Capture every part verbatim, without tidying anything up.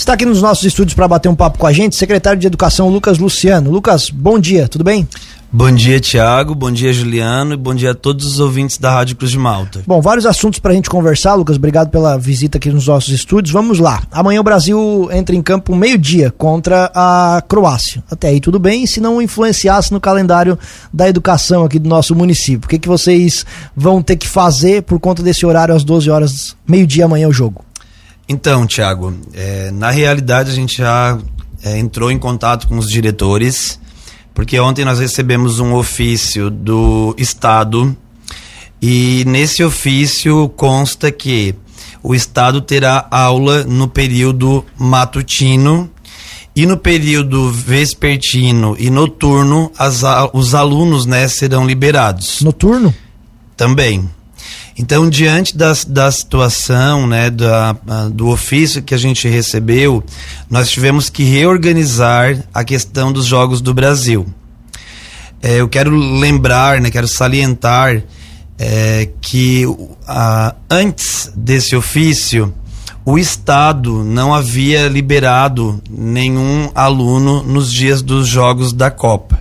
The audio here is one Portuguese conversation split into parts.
está aqui nos nossos estúdios para bater um papo com a gente, secretário de Educação Lucas Luciano. Lucas, bom dia, tudo bem? Bom dia, Tiago, bom dia, Juliano, e bom dia a todos os ouvintes da Rádio Cruz de Malta. Bom, vários assuntos pra gente conversar, Lucas, obrigado pela visita aqui nos nossos estúdios. Vamos lá, amanhã o Brasil entra em campo meio-dia contra a Croácia. Até aí tudo bem, se não influenciasse no calendário da educação aqui do nosso município. O que, que vocês vão ter que fazer por conta desse horário às doze horas, meio-dia amanhã o jogo? Então, Tiago, é, na realidade a gente já é, entrou em contato com os diretores, porque ontem nós recebemos um ofício do Estado e nesse ofício consta que o Estado terá aula no período matutino e no período vespertino e noturno as, os alunos, né, serão liberados. Noturno? Também. Então, diante da, da situação, né, da, do ofício que a gente recebeu, nós tivemos que reorganizar a questão dos Jogos do Brasil. É, eu quero lembrar, né, quero salientar é, que a, antes desse ofício, o Estado não havia liberado nenhum aluno nos dias dos Jogos da Copa.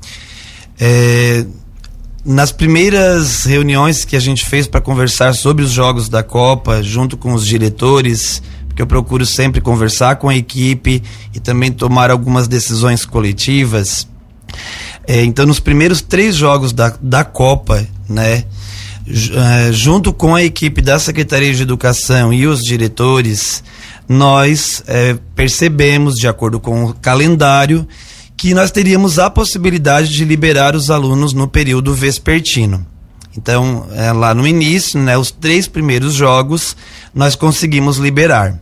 É, Nas primeiras reuniões que a gente fez para conversar sobre os Jogos da Copa, junto com os diretores, porque eu procuro sempre conversar com a equipe e também tomar algumas decisões coletivas. É, então, nos primeiros três Jogos da, da Copa, né, é, junto com a equipe da Secretaria de Educação e os diretores, nós é, percebemos, de acordo com o calendário, que nós teríamos a possibilidade de liberar os alunos no período vespertino. Então, é, lá no início, né, os três primeiros jogos, nós conseguimos liberar.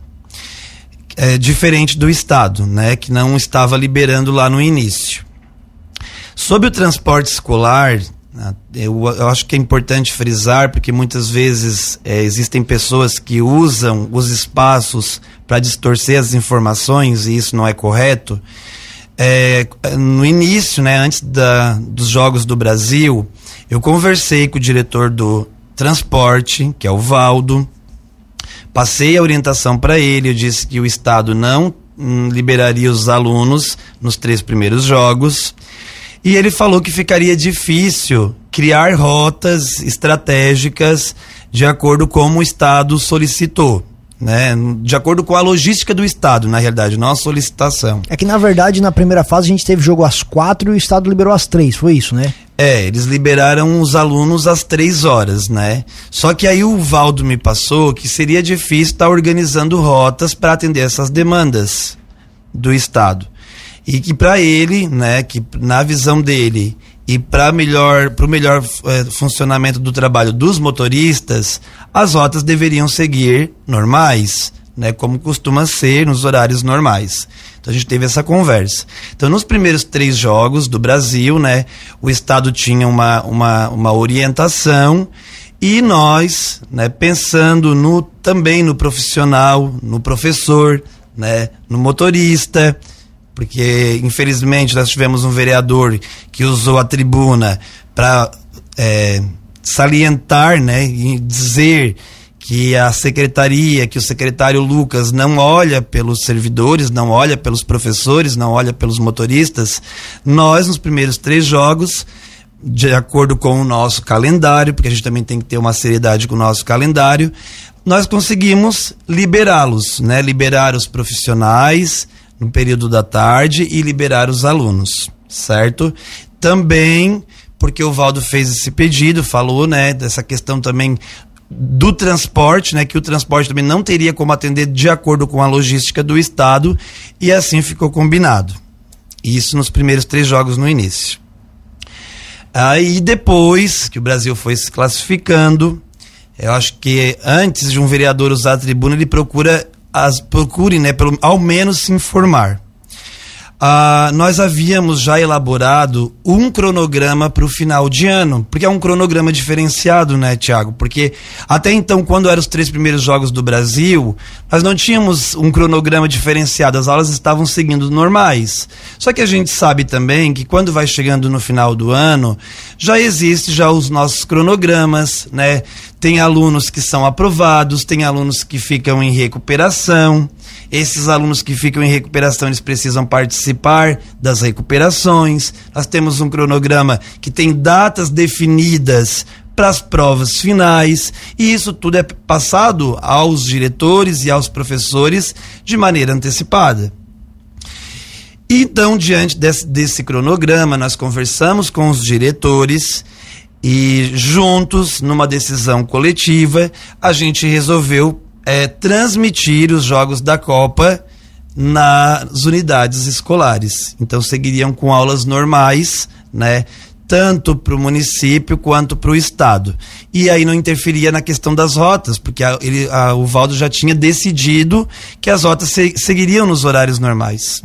É, diferente do Estado, né, que não estava liberando lá no início. Sobre o transporte escolar, eu, eu acho que é importante frisar, porque muitas vezes é, existem pessoas que usam os espaços para distorcer as informações, e isso não é correto. É, no início, né, antes da, dos Jogos do Brasil, eu conversei com o diretor do transporte, que é o Valdo, passei a orientação para ele, eu disse que o Estado não hum, liberaria os alunos nos três primeiros jogos, e ele falou que ficaria difícil criar rotas estratégicas de acordo com como o Estado solicitou. Né, de acordo com a logística do Estado, na realidade, não a solicitação. É que, na verdade, na primeira fase a gente teve jogo às quatro e o Estado liberou às três, foi isso, né? É, eles liberaram os alunos às três horas, né? Só que aí o Valdo me passou que seria difícil estar organizando rotas para atender essas demandas do Estado. E que para ele, né, que na visão dele e para melhor, para o melhor é, funcionamento do trabalho dos motoristas, as rotas deveriam seguir normais, né, como costuma ser nos horários normais. Então a gente teve essa conversa. Então, nos primeiros três jogos do Brasil, né, o Estado tinha uma, uma, uma orientação e nós, né, pensando no, também no profissional, no professor, né, no motorista, porque infelizmente nós tivemos um vereador que usou a tribuna para é, salientar, né, e dizer que a secretaria, que o secretário Lucas não olha pelos servidores, não olha pelos professores, não olha pelos motoristas. Nós, nos primeiros três jogos, de acordo com o nosso calendário, porque a gente também tem que ter uma seriedade com o nosso calendário, nós conseguimos liberá-los, né, liberar os profissionais no período da tarde e liberar os alunos, certo? Também porque o Valdo fez esse pedido, falou, né, dessa questão também do transporte, né, que o transporte também não teria como atender de acordo com a logística do Estado, e assim ficou combinado. Isso nos primeiros três jogos no início. Aí depois que o Brasil foi se classificando, eu acho que antes de um vereador usar a tribuna, ele procura As, procure, né, pelo, ao menos se informar. Ah, nós havíamos já elaborado um cronograma para o final de ano, porque é um cronograma diferenciado, né, Tiago? Porque até então, quando eram os três primeiros jogos do Brasil, nós não tínhamos um cronograma diferenciado, as aulas estavam seguindo normais. Só que a gente sabe também que quando vai chegando no final do ano, já existe já os nossos cronogramas, né? Tem alunos que são aprovados, tem alunos que ficam em recuperação. Esses alunos que ficam em recuperação, eles precisam participar das recuperações. Nós temos um cronograma que tem datas definidas para as provas finais, e isso tudo é passado aos diretores e aos professores de maneira antecipada. Então, diante desse, desse cronograma, nós conversamos com os diretores e juntos, numa decisão coletiva, a gente resolveu é, transmitir os jogos da Copa nas unidades escolares. Então, seguiriam com aulas normais, né? Tanto para o município quanto para o estado. E aí não interferia na questão das rotas, porque a, ele, a, o Valdo já tinha decidido que as rotas se, seguiriam nos horários normais.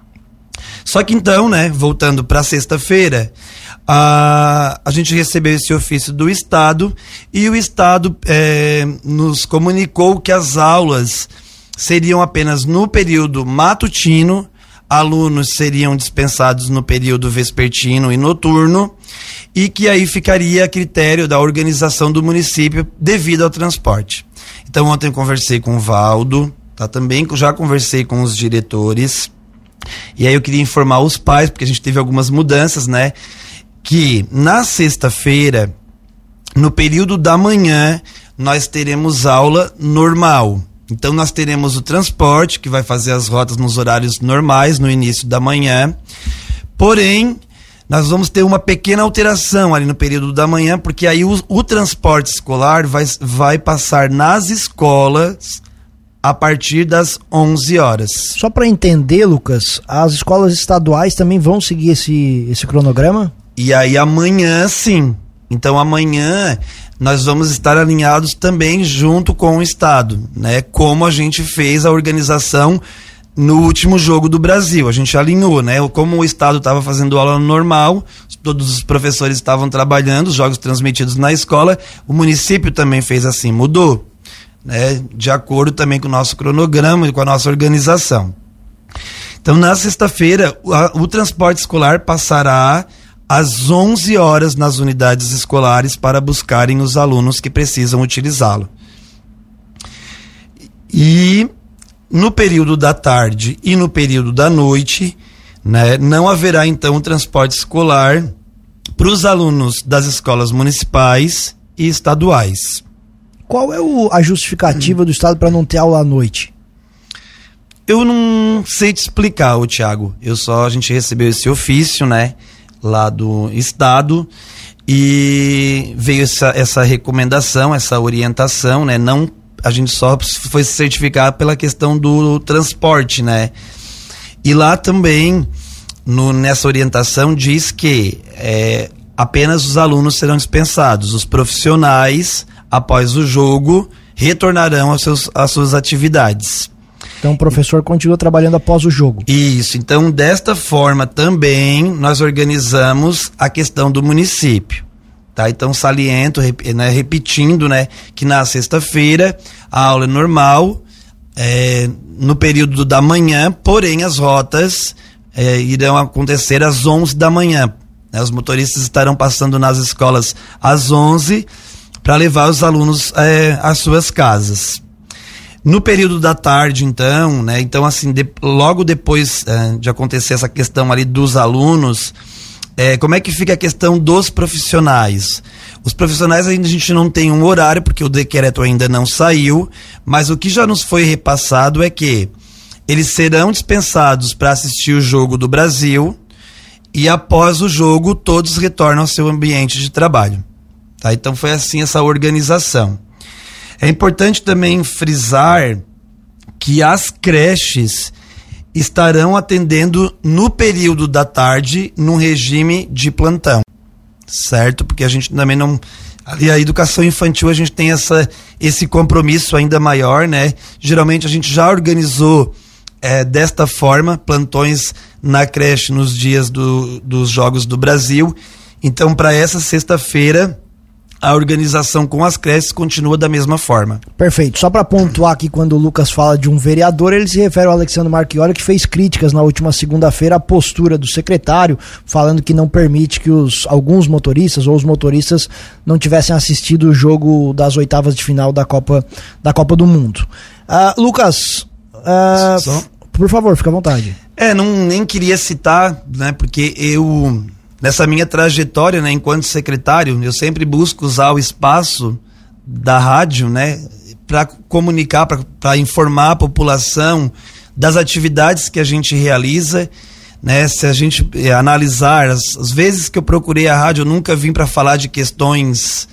Só que então, né, voltando para sexta-feira, a, a gente recebeu esse ofício do estado e o estado é, nos comunicou que as aulas seriam apenas no período matutino, alunos seriam dispensados no período vespertino e noturno, e que aí ficaria a critério da organização do município devido ao transporte. Então ontem eu conversei com o Valdo, tá? Também já conversei com os diretores, e aí eu queria informar os pais, porque a gente teve algumas mudanças, né? Que na sexta-feira, no período da manhã, nós teremos aula normal. Então nós teremos o transporte, que vai fazer as rotas nos horários normais, no início da manhã. Porém, nós vamos ter uma pequena alteração ali no período da manhã, porque aí o, o transporte escolar vai, vai passar nas escolas a partir das onze horas. Só para entender, Lucas, as escolas estaduais também vão seguir esse, esse cronograma? E aí amanhã, sim. Então amanhã nós vamos estar alinhados também junto com o estado, né? Como a gente fez a organização no último jogo do Brasil, a gente alinhou, né? Como o estado estava fazendo aula normal, todos os professores estavam trabalhando, os jogos transmitidos na escola, o município também fez assim, mudou, né? De acordo também com o nosso cronograma e com a nossa organização. Então na sexta-feira o, o transporte escolar passará às onze horas nas unidades escolares para buscarem os alunos que precisam utilizá-lo. E no período da tarde e no período da noite, né, não haverá então transporte escolar para os alunos das escolas municipais e estaduais. Qual é o, a justificativa hum. do estado para não ter aula à noite? Eu não sei te explicar, ô Thiago. Eu só, a gente recebeu esse ofício, né, lá do estado, e veio essa, essa recomendação, essa orientação, né? Não, a gente só foi se certificar pela questão do transporte, né? E lá também, no, nessa orientação, diz que é, apenas os alunos serão dispensados, os profissionais, após o jogo, retornarão aos seus, às suas atividades. Então o professor continua trabalhando após o jogo. Isso, então desta forma também nós organizamos a questão do município, tá? Então saliento, rep, né, repetindo, né, que na sexta-feira a aula é normal, é, no período da manhã, porém as rotas é, irão acontecer às onze da manhã, né? Os motoristas estarão passando nas escolas às onze para levar os alunos é, às suas casas. No período da tarde, então, né? Então, assim, de, logo depois é, de acontecer essa questão ali dos alunos, é, como é que fica a questão dos profissionais? Os profissionais ainda a gente não tem um horário, porque o decreto ainda não saiu, mas o que já nos foi repassado é que eles serão dispensados para assistir o jogo do Brasil e após o jogo todos retornam ao seu ambiente de trabalho. Tá? Então foi assim essa organização. É importante também frisar que as creches estarão atendendo no período da tarde num regime de plantão, certo? Porque a gente também não... Ali a educação infantil a gente tem essa, esse compromisso ainda maior, né? Geralmente a gente já organizou é, desta forma plantões na creche nos dias do, dos Jogos do Brasil. Então para essa sexta-feira a organização com as creches continua da mesma forma. Perfeito. Só para pontuar aqui, quando o Lucas fala de um vereador, ele se refere ao Alexandre Marchiori, que fez críticas na última segunda-feira à postura do secretário, falando que não permite que os, alguns motoristas ou os motoristas não tivessem assistido o jogo das oitavas de final da Copa, da Copa do Mundo. Uh, Lucas, Uh, Só? Por favor, fica à vontade. É, não, nem queria citar, né, porque eu, nessa minha trajetória, né, enquanto secretário, eu sempre busco usar o espaço da rádio, né, para comunicar, para informar a população das atividades que a gente realiza, né? Se a gente é, analisar as, as vezes que eu procurei a rádio, eu nunca vim para falar de questões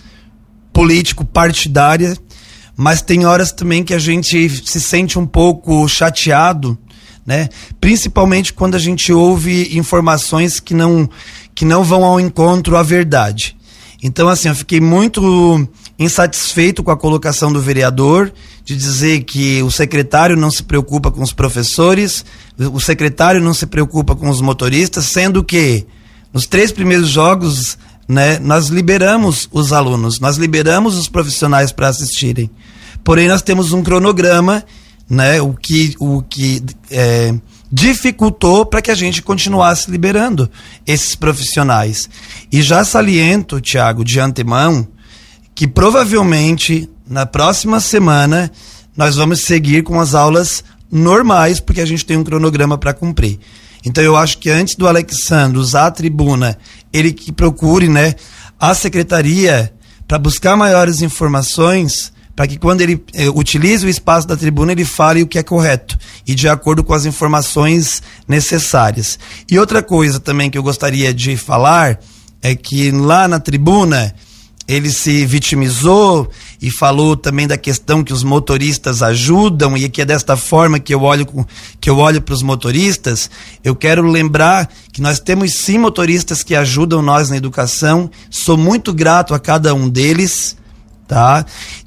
político-partidárias, mas tem horas também que a gente se sente um pouco chateado, né? Principalmente quando a gente ouve informações que não, que não vão ao encontro à verdade. Então, assim, eu fiquei muito insatisfeito com a colocação do vereador, de dizer que o secretário não se preocupa com os professores, o secretário não se preocupa com os motoristas, sendo que nos três primeiros jogos, né, nós liberamos os alunos, nós liberamos os profissionais para assistirem. Porém, nós temos um cronograma, né, o que, o que é, dificultou para que a gente continuasse liberando esses profissionais. E já saliento, Tiago, de antemão, que provavelmente na próxima semana nós vamos seguir com as aulas normais, porque a gente tem um cronograma para cumprir. Então eu acho que antes do Alexandre usar a tribuna, ele que procure, né, a secretaria para buscar maiores informações, para que quando ele eh, utilize o espaço da tribuna, ele fale o que é correto e de acordo com as informações necessárias. E outra coisa também que eu gostaria de falar é que lá na tribuna ele se vitimizou e falou também da questão que os motoristas ajudam e que é desta forma que eu olho, que eu olho para os motoristas. Eu quero lembrar que nós temos sim motoristas que ajudam nós na educação, sou muito grato a cada um deles, tá?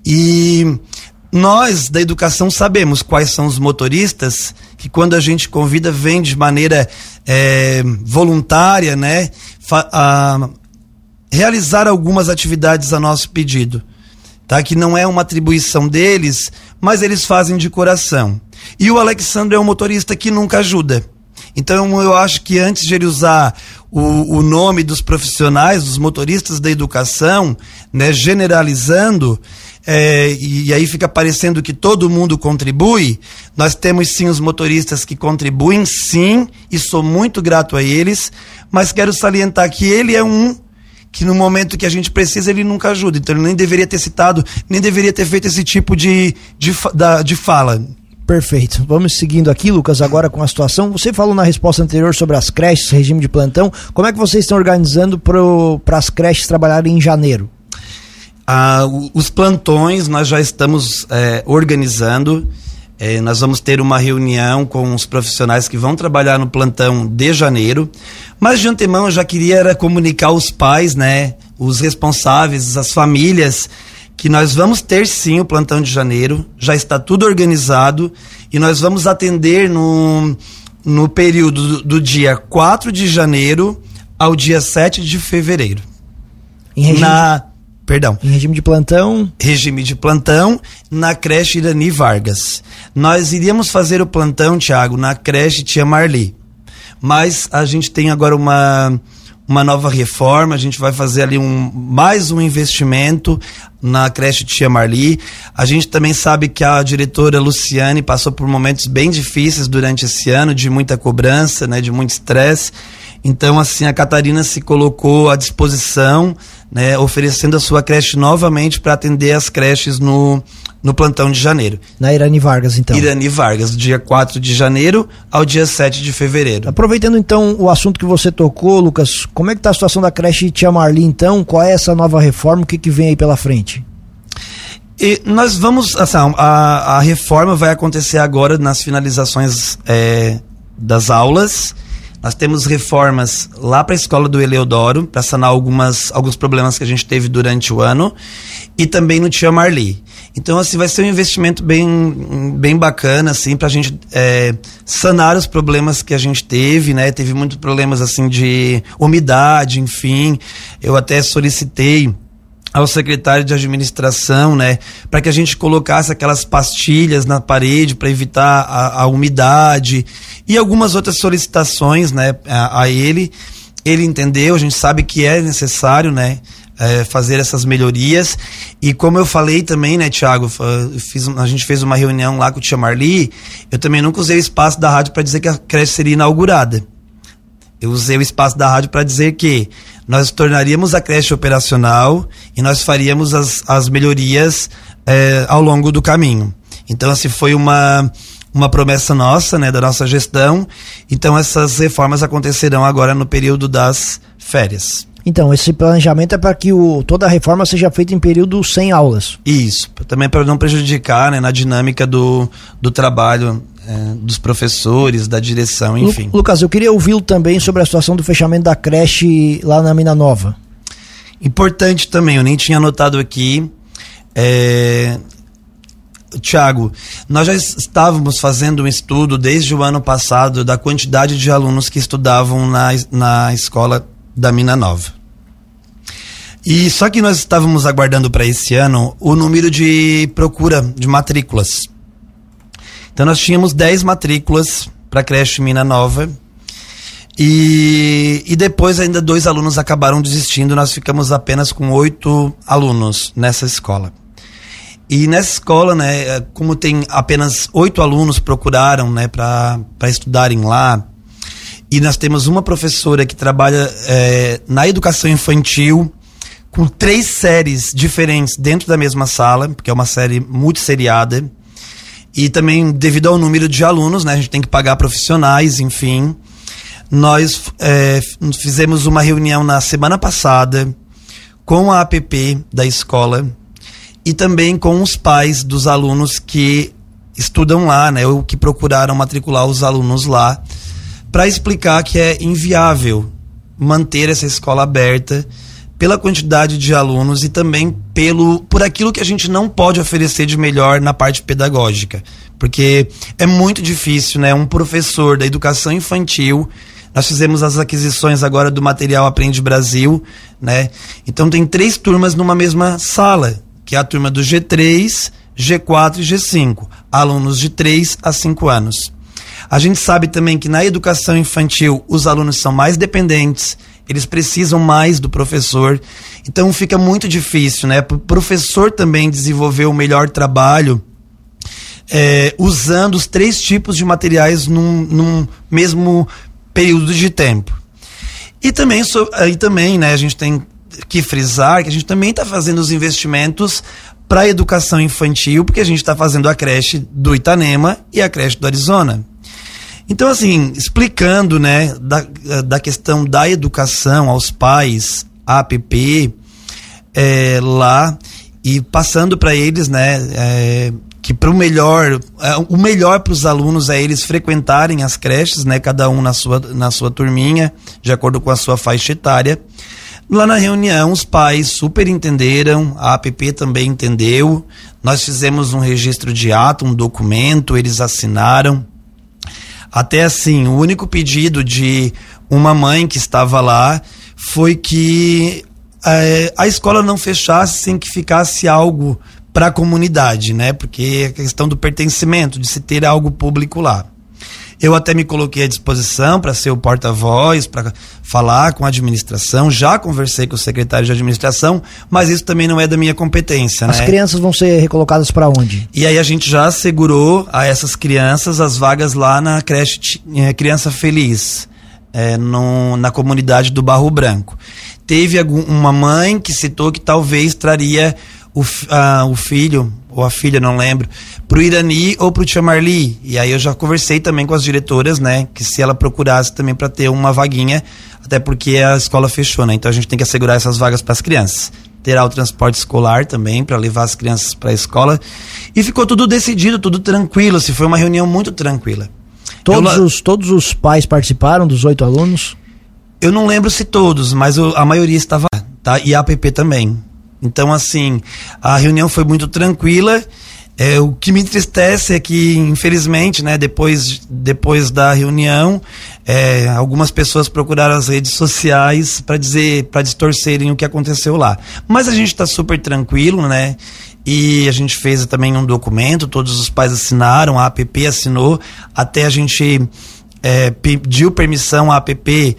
E nós da educação sabemos quais são os motoristas que quando a gente convida vêm de maneira é, voluntária, né? Fa- a, realizar algumas atividades a nosso pedido, tá? Que não é uma atribuição deles, mas eles fazem de coração. E o Alexandre é um motorista que nunca ajuda. Então eu acho que antes de ele usar o, o nome dos profissionais, dos motoristas da educação, né, generalizando, é, e, e aí fica parecendo que todo mundo contribui, nós temos sim os motoristas que contribuem, sim, e sou muito grato a eles, mas quero salientar que ele é um que no momento que a gente precisa, ele nunca ajuda. Então ele nem deveria ter citado, nem deveria ter feito esse tipo de, de, de fala. Perfeito. Vamos seguindo aqui, Lucas, agora com a situação. Você falou na resposta anterior sobre as creches, regime de plantão. Como é que vocês estão organizando para as creches trabalharem em janeiro? Ah, os plantões nós já estamos é, organizando. É, nós vamos ter uma reunião com os profissionais que vão trabalhar no plantão de janeiro, mas de antemão eu já queria era comunicar aos pais, né, os responsáveis, as famílias, que nós vamos ter sim o plantão de janeiro, já está tudo organizado e nós vamos atender no, no período do, do dia quatro de janeiro ao dia sete de fevereiro. Em regime na... de... Perdão. Em regime de plantão? Regime de plantão na creche Irani Vargas. Nós iríamos fazer o plantão, Tiago, na creche Tia Marli. Mas a gente tem agora uma, uma nova reforma, a gente vai fazer ali um, mais um investimento na creche Tia Marli. A gente também sabe que a diretora Luciane passou por momentos bem difíceis durante esse ano, de muita cobrança, né, de muito estresse. Então, assim, a Catarina se colocou à disposição, né, oferecendo a sua creche novamente para atender as creches no, no plantão de janeiro. Na Irani Vargas, então. Irani Vargas, do dia quatro de janeiro ao dia sete de fevereiro. Aproveitando, então, o assunto que você tocou, Lucas, como é que está a situação da creche Tia Marli, então? Qual é essa nova reforma? O que, que vem aí pela frente? E nós vamos, assim, a, a reforma vai acontecer agora nas finalizações é, das aulas. Nós temos reformas lá para a escola do Eleodoro, para sanar algumas, alguns problemas que a gente teve durante o ano, e também no Tia Marli. Então, assim, vai ser um investimento bem, bem bacana, assim, para a gente é, sanar os problemas que a gente teve, né? Teve muitos problemas, assim, de umidade, enfim. Eu até solicitei ao secretário de administração, né, para que a gente colocasse aquelas pastilhas na parede para evitar a, a umidade e algumas outras solicitações, né, a, a ele. Ele entendeu, a gente sabe que é necessário, né, é, fazer essas melhorias. E como eu falei também, né, Thiago, fiz, a gente fez uma reunião lá com o tia Marli, eu também nunca usei o espaço da rádio para dizer que a creche seria inaugurada. Eu usei o espaço da rádio para dizer que nós tornaríamos a creche operacional e nós faríamos as, as melhorias é, ao longo do caminho. Então, assim, foi uma, uma promessa nossa, né, da nossa gestão. Então, essas reformas acontecerão agora no período das férias. Então, esse planejamento é para que o, toda a reforma seja feita em período sem aulas. Isso, também para não prejudicar, né, na dinâmica do, do trabalho é, dos professores, da direção, enfim. Lu, Lucas, eu queria ouvi-lo também sobre a situação do fechamento da creche lá na Mina Nova. Importante também, eu nem tinha anotado aqui, é... Tiago, nós já estávamos fazendo um estudo desde o ano passado da quantidade de alunos que estudavam na, na escola da Mina Nova. E só que nós estávamos aguardando para esse ano o número de procura de matrículas. Então nós tínhamos dez matrículas para a creche Mina Nova e, e depois ainda dois alunos acabaram desistindo, nós ficamos apenas com oito alunos nessa escola. E nessa escola, né, como tem apenas oito alunos procuraram, né, para estudarem lá, e nós temos uma professora que trabalha é, na educação infantil com três séries diferentes dentro da mesma sala, porque é uma série multisseriada, e também devido ao número de alunos, né, a gente tem que pagar profissionais, enfim. Nós é, fizemos uma reunião na semana passada com a A P P da escola, e também com os pais dos alunos que estudam lá, né, ou que procuraram matricular os alunos lá, para explicar que é inviável manter essa escola aberta pela quantidade de alunos e também pelo, por aquilo que a gente não pode oferecer de melhor na parte pedagógica. Porque é muito difícil, né, um professor da educação infantil. Nós fizemos as aquisições agora do material Aprende Brasil, né? Então tem três turmas numa mesma sala, que é a turma do G três, G quatro e G cinco, alunos de três a cinco anos. A gente sabe também que na educação infantil os alunos são mais dependentes, eles precisam mais do professor, então fica muito difícil, né, para o professor também desenvolver o melhor trabalho é, usando os três tipos de materiais num, num mesmo período de tempo. E também, so, e também, né, a gente tem que frisar que a gente também está fazendo os investimentos para a educação infantil, porque a gente está fazendo a creche do Itanema e a creche do Arizona. Então, assim, explicando, né, da, da questão da educação aos pais, a APP, é, lá, e passando para eles, né, é, que para o melhor, é, o melhor para os alunos é eles frequentarem as creches, né, cada um na sua, na sua turminha, de acordo com a sua faixa etária. Lá na reunião, os pais super entenderam, a APP também entendeu, nós fizemos um registro de ato, um documento, eles assinaram. Até assim, o único pedido de uma mãe que estava lá foi que é, a escola não fechasse sem que ficasse algo para a comunidade, né? Porque é a questão do pertencimento, de se ter algo público lá. Eu até me coloquei à disposição para ser o porta-voz, para falar com a administração, já conversei com o secretário de administração, mas isso também não é da minha competência, As né? crianças vão ser recolocadas para onde? E aí a gente já assegurou a essas crianças as vagas lá na creche é, Criança Feliz, é, no, na comunidade do Barro Branco. Teve algum, uma mãe que citou que talvez traria o, a, o filho, ou a filha, não lembro, pro Irani ou pro Tia Marli. E aí eu já conversei também com as diretoras, né, que se ela procurasse também para ter uma vaguinha, até porque a escola fechou, né, então a gente tem que assegurar essas vagas para as crianças. Terá o transporte escolar também para levar as crianças para a escola. E ficou tudo decidido, tudo tranquilo, assim, foi uma reunião muito tranquila. Todos, eu, os, todos os pais participaram dos oito alunos? Eu não lembro se todos, mas eu, a maioria estava lá, tá? E a APP também. Então, assim, a reunião foi muito tranquila. É, o que me entristece é que, infelizmente, né, depois, depois da reunião, é, algumas pessoas procuraram as redes sociais para dizer, para distorcerem o que aconteceu lá. Mas a gente está super tranquilo, né? E a gente fez também um documento, todos os pais assinaram, a APP assinou, até a gente é, pediu permissão à APP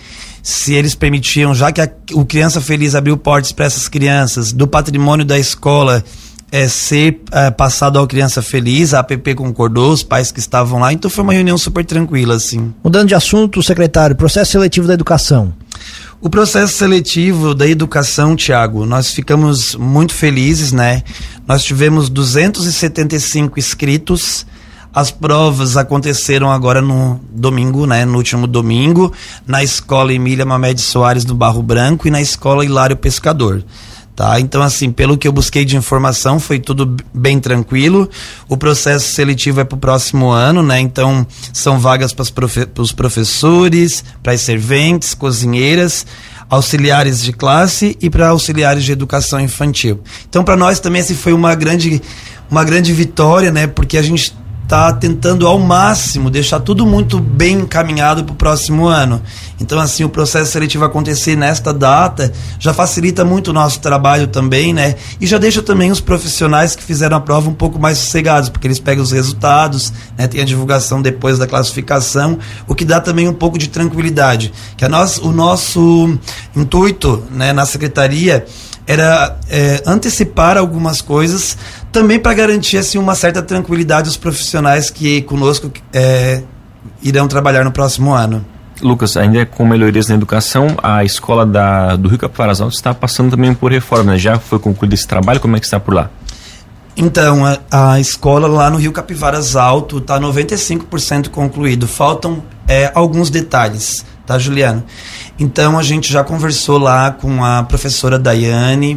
se eles permitiam, já que a, o Criança Feliz abriu portas para essas crianças, do patrimônio da escola é, ser é, passado ao Criança Feliz, a APP concordou, os pais que estavam lá, então foi uma reunião super tranquila, assim. Mudando de assunto, secretário, processo seletivo da educação. O processo seletivo da educação, Tiago, nós ficamos muito felizes, né? Nós tivemos duzentos e setenta e cinco inscritos. As provas aconteceram agora no domingo, né? No último domingo, na escola Emília Mamed Soares do Barro Branco e na escola Hilário Pescador. Tá? Então, assim, pelo que eu busquei de informação, foi tudo bem tranquilo. O processo seletivo é para o próximo ano, né? Então, são vagas para profe- os professores, para as serventes, cozinheiras, auxiliares de classe e para auxiliares de educação infantil. Então, para nós também essa foi uma grande, uma grande vitória, né? Porque a gente está tentando ao máximo deixar tudo muito bem encaminhado para o próximo ano. Então, assim, o processo seletivo acontecer nesta data já facilita muito o nosso trabalho também, né? E já deixa também os profissionais que fizeram a prova um pouco mais sossegados, porque eles pegam os resultados, né? Tem a divulgação depois da classificação, o que dá também um pouco de tranquilidade. Que a nós, o nosso intuito, né, na secretaria era é, antecipar algumas coisas também para garantir assim, uma certa tranquilidade aos profissionais que conosco é, irão trabalhar no próximo ano. Lucas, ainda com melhorias na educação, a escola da, do Rio Capivaras Alto está passando também por reforma, né? Já foi concluído esse trabalho, como é que está por lá? Então, a, a escola lá no Rio Capivaras Alto está noventa e cinco por cento concluído, faltam é, alguns detalhes, tá, Juliano? Então a gente já conversou lá com a professora Daiane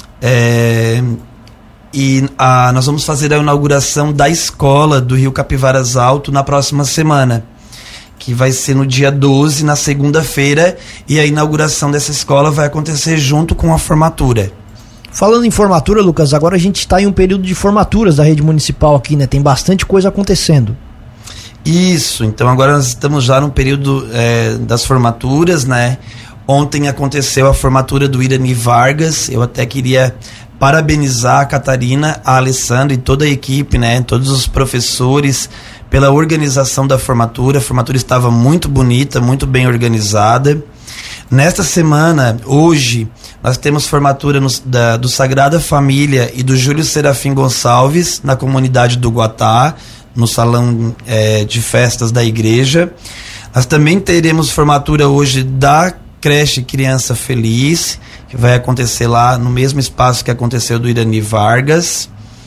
é, e a, nós vamos fazer a inauguração da escola do Rio Capivaras Alto na próxima semana, que vai ser no dia doze, na segunda-feira, e a inauguração dessa escola vai acontecer junto com a formatura. Falando em formatura, Lucas, agora a gente está em um período de formaturas da rede municipal aqui, né? Tem bastante coisa acontecendo. Isso, então agora nós estamos já no período é, das formaturas, né? Ontem aconteceu a formatura do Irani Vargas, eu até queria parabenizar a Catarina, a Alessandra e toda a equipe, né? Todos os professores pela organização da formatura. A formatura estava muito bonita, muito bem organizada. Nesta semana, hoje, nós temos formatura no, da, do Sagrada Família e do Júlio Serafim Gonçalves, na comunidade do Guatá, no salão é, de festas da igreja. Nós também teremos formatura hoje da creche Criança Feliz, que vai acontecer lá no mesmo espaço que aconteceu do Irani Vargas.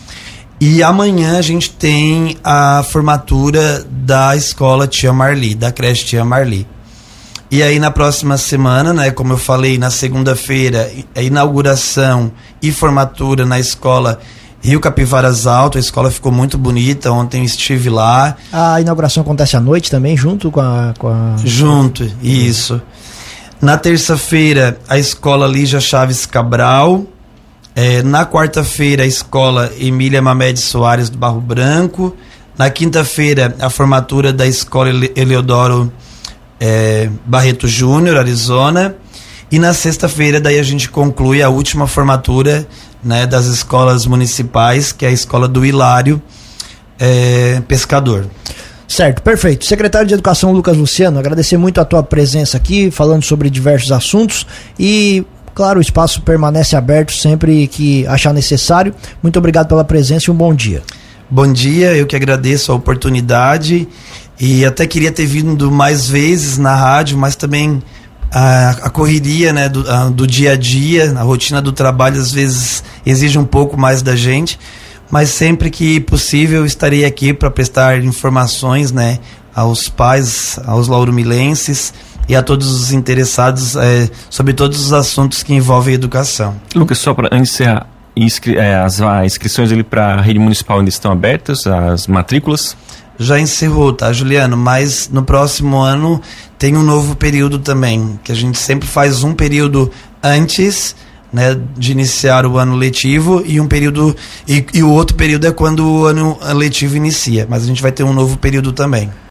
E amanhã a gente tem a formatura da escola Tia Marli, da creche Tia Marli. E aí na próxima semana, né, como eu falei, na segunda-feira, a inauguração e formatura na escola Rio Capivaras Alto. A escola ficou muito bonita, ontem eu estive lá. A inauguração acontece à noite também, junto com a... Com a... Junto, isso. Na terça-feira, a escola Lígia Chaves Cabral. É, na quarta-feira, a escola Emília Mamed Soares do Barro Branco. Na quinta-feira, a formatura da escola Eleodoro é, Barreto Júnior, Arizona. E na sexta-feira, daí a gente conclui a última formatura, né, das escolas municipais, que é a escola do Hilário é, Pescador. Certo, perfeito. Secretário de Educação Lucas Luciano, agradecer muito a tua presença aqui, falando sobre diversos assuntos e, claro, o espaço permanece aberto sempre que achar necessário. Muito obrigado pela presença e um bom dia. Bom dia, eu que agradeço a oportunidade e até queria ter vindo mais vezes na rádio, mas também a, a correria, né, do, a, do dia a dia, a rotina do trabalho às vezes exige um pouco mais da gente, mas sempre que possível estarei aqui para prestar informações, né, aos pais, aos lauromilenses e a todos os interessados é, sobre todos os assuntos que envolvem a educação. Lucas, só para encerrar, inscri- é, as, as inscrições para a rede municipal ainda estão abertas, as matrículas? Já encerrou, tá, Juliano? Mas no próximo ano tem um novo período também, que a gente sempre faz um período antes, né, de iniciar o ano letivo e um período e, e o outro período é quando o ano letivo inicia, mas a gente vai ter um novo período também.